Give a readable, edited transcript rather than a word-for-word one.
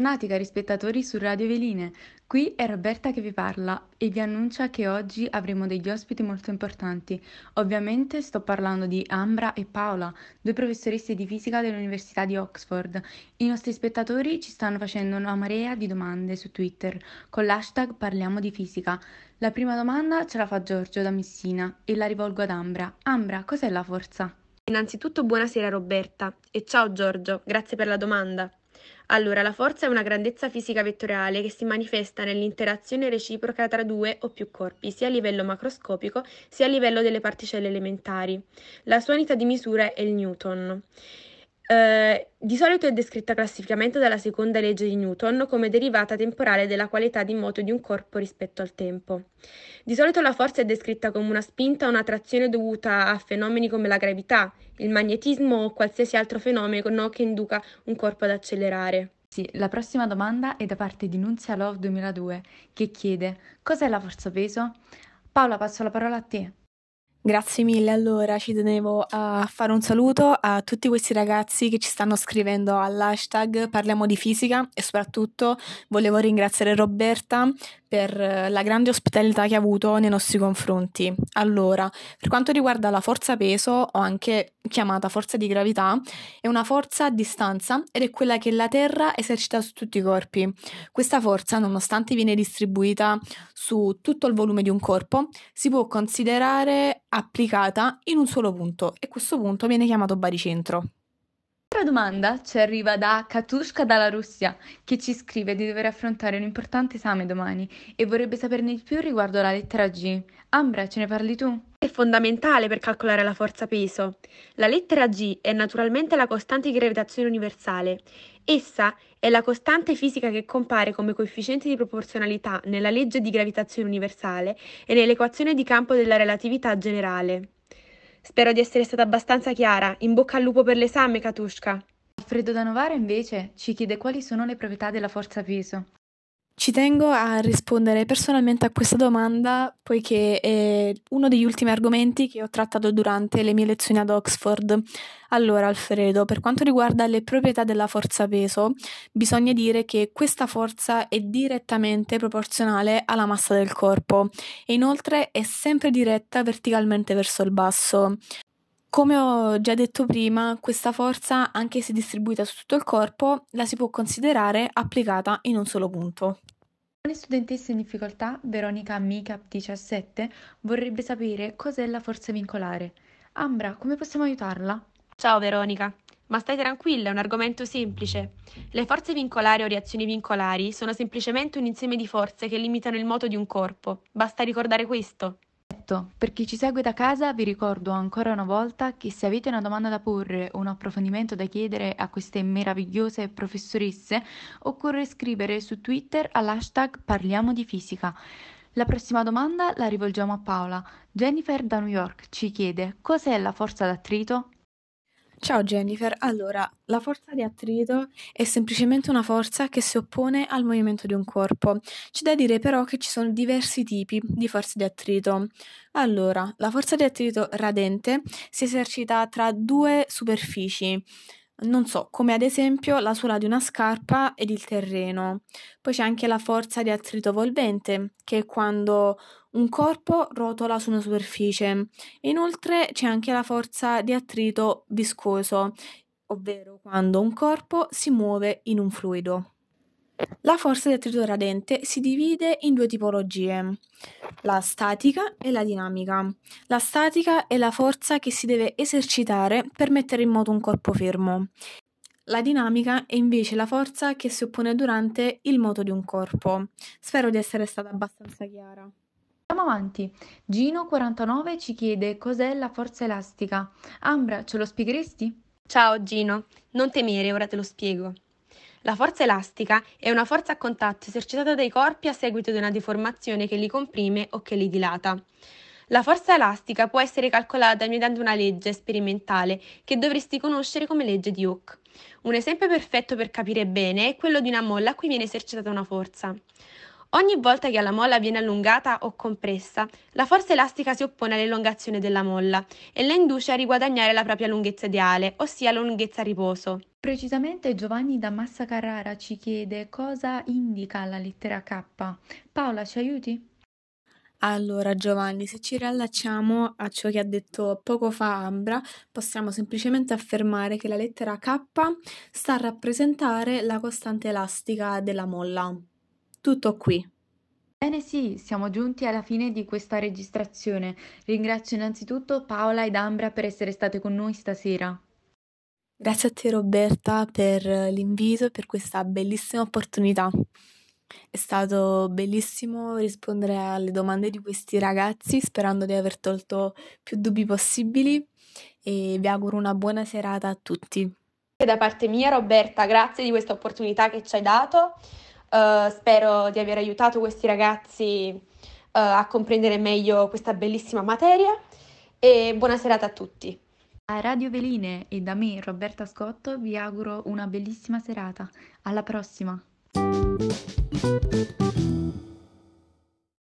Bentornati cari spettatori su Radio Veline, qui è Roberta che vi parla e vi annuncia che oggi avremo degli ospiti molto importanti. Ovviamente sto parlando di Ambra e Paola, due professoresse di fisica dell'Università di Oxford. I nostri spettatori ci stanno facendo una marea di domande su Twitter con l'hashtag Parliamo di fisica. La prima domanda ce la fa Giorgio da Messina e la rivolgo ad Ambra. Ambra, cos'è la forza? Innanzitutto buonasera Roberta e ciao Giorgio, grazie per la domanda. Allora, la forza è una grandezza fisica vettoriale che si manifesta nell'interazione reciproca tra due o più corpi, sia a livello macroscopico sia a livello delle particelle elementari. La sua unità di misura è il Newton. Di solito è descritta classificamente dalla seconda legge di Newton come derivata temporale della qualità di moto di un corpo rispetto al tempo. Di solito la forza è descritta come una spinta o una trazione dovuta a fenomeni come la gravità, il magnetismo o qualsiasi altro fenomeno che induca un corpo ad accelerare. Sì, la prossima domanda è da parte di Nunzia Love 2002 che chiede: cos'è la forza peso? Paola, passo la parola a te. Grazie mille, allora ci tenevo a fare un saluto a tutti questi ragazzi che ci stanno scrivendo all'hashtag Parliamo di fisica e soprattutto volevo ringraziare Roberta per la grande ospitalità che ha avuto nei nostri confronti. Allora, per quanto riguarda la forza peso, o anche chiamata forza di gravità, è una forza a distanza ed è quella che la Terra esercita su tutti i corpi. Questa forza, nonostante viene distribuita su tutto il volume di un corpo, si può considerare applicata in un solo punto e questo punto viene chiamato baricentro. Altra domanda ci arriva da Katushka dalla Russia, che ci scrive di dover affrontare un importante esame domani e vorrebbe saperne di più riguardo la lettera G. Ambra, ce ne parli tu? È fondamentale per calcolare la forza peso. La lettera G è naturalmente la costante di gravitazione universale. Essa è la costante fisica che compare come coefficiente di proporzionalità nella legge di gravitazione universale e nell'equazione di campo della relatività generale. Spero di essere stata abbastanza chiara. In bocca al lupo per l'esame, Katushka. Alfredo da Novara invece ci chiede quali sono le proprietà della forza peso. Ci tengo a rispondere personalmente a questa domanda poiché è uno degli ultimi argomenti che ho trattato durante le mie lezioni ad Oxford. Allora, Alfredo, per quanto riguarda le proprietà della forza peso, bisogna dire che questa forza è direttamente proporzionale alla massa del corpo e inoltre è sempre diretta verticalmente verso il basso. Come ho già detto prima, questa forza, anche se distribuita su tutto il corpo, la si può considerare applicata in un solo punto. Una studentessa in difficoltà, Veronica Makeup 17, vorrebbe sapere cos'è la forza vincolare. Ambra, come possiamo aiutarla? Ciao Veronica, ma stai tranquilla, è un argomento semplice. Le forze vincolari o reazioni vincolari sono semplicemente un insieme di forze che limitano il moto di un corpo. Basta ricordare questo. Per chi ci segue da casa vi ricordo ancora una volta che se avete una domanda da porre o un approfondimento da chiedere a queste meravigliose professoresse, occorre scrivere su Twitter all'hashtag Parliamo di fisica. La prossima domanda la rivolgiamo a Paola. Jennifer da New York ci chiede: cos'è la forza d'attrito? Ciao Jennifer, allora, la forza di attrito è semplicemente una forza che si oppone al movimento di un corpo. C'è da dire però che ci sono diversi tipi di forze di attrito. Allora, la forza di attrito radente si esercita tra due superfici, non so, come ad esempio la suola di una scarpa ed il terreno. Poi c'è anche la forza di attrito volvente, che è quando un corpo rotola su una superficie. Inoltre c'è anche la forza di attrito viscoso, ovvero quando un corpo si muove in un fluido. La forza di attrito radente si divide in due tipologie, la statica e la dinamica. La statica è la forza che si deve esercitare per mettere in moto un corpo fermo. La dinamica è invece la forza che si oppone durante il moto di un corpo. Spero di essere stata abbastanza chiara. Andiamo avanti. Gino49 ci chiede cos'è la forza elastica. Ambra, ce lo spiegheresti? Ciao Gino, non temere, ora te lo spiego. La forza elastica è una forza a contatto esercitata dai corpi a seguito di una deformazione che li comprime o che li dilata. La forza elastica può essere calcolata mediante una legge sperimentale che dovresti conoscere come legge di Hooke. Un esempio perfetto per capire bene è quello di una molla a cui viene esercitata una forza. Ogni volta che la molla viene allungata o compressa, la forza elastica si oppone all'elongazione della molla e la induce a riguadagnare la propria lunghezza ideale, ossia la lunghezza a riposo. Precisamente Giovanni da Massa Carrara ci chiede cosa indica la lettera K. Paola, ci aiuti? Allora, Giovanni, se ci riallacciamo a ciò che ha detto poco fa Ambra, possiamo semplicemente affermare che la lettera K sta a rappresentare la costante elastica della molla. Tutto qui. Bene, sì, siamo giunti alla fine di questa registrazione. Ringrazio innanzitutto Paola ed Ambra per essere state con noi stasera. Grazie a te Roberta per l'invito e per questa bellissima opportunità. È stato bellissimo rispondere alle domande di questi ragazzi, sperando di aver tolto più dubbi possibili e vi auguro una buona serata a tutti. Da parte mia, Roberta, grazie di questa opportunità che ci hai dato. Spero di aver aiutato questi ragazzi a comprendere meglio questa bellissima materia e buona serata a tutti. A Radio Veline e da me, Roberta Scotto, vi auguro una bellissima serata. Alla prossima!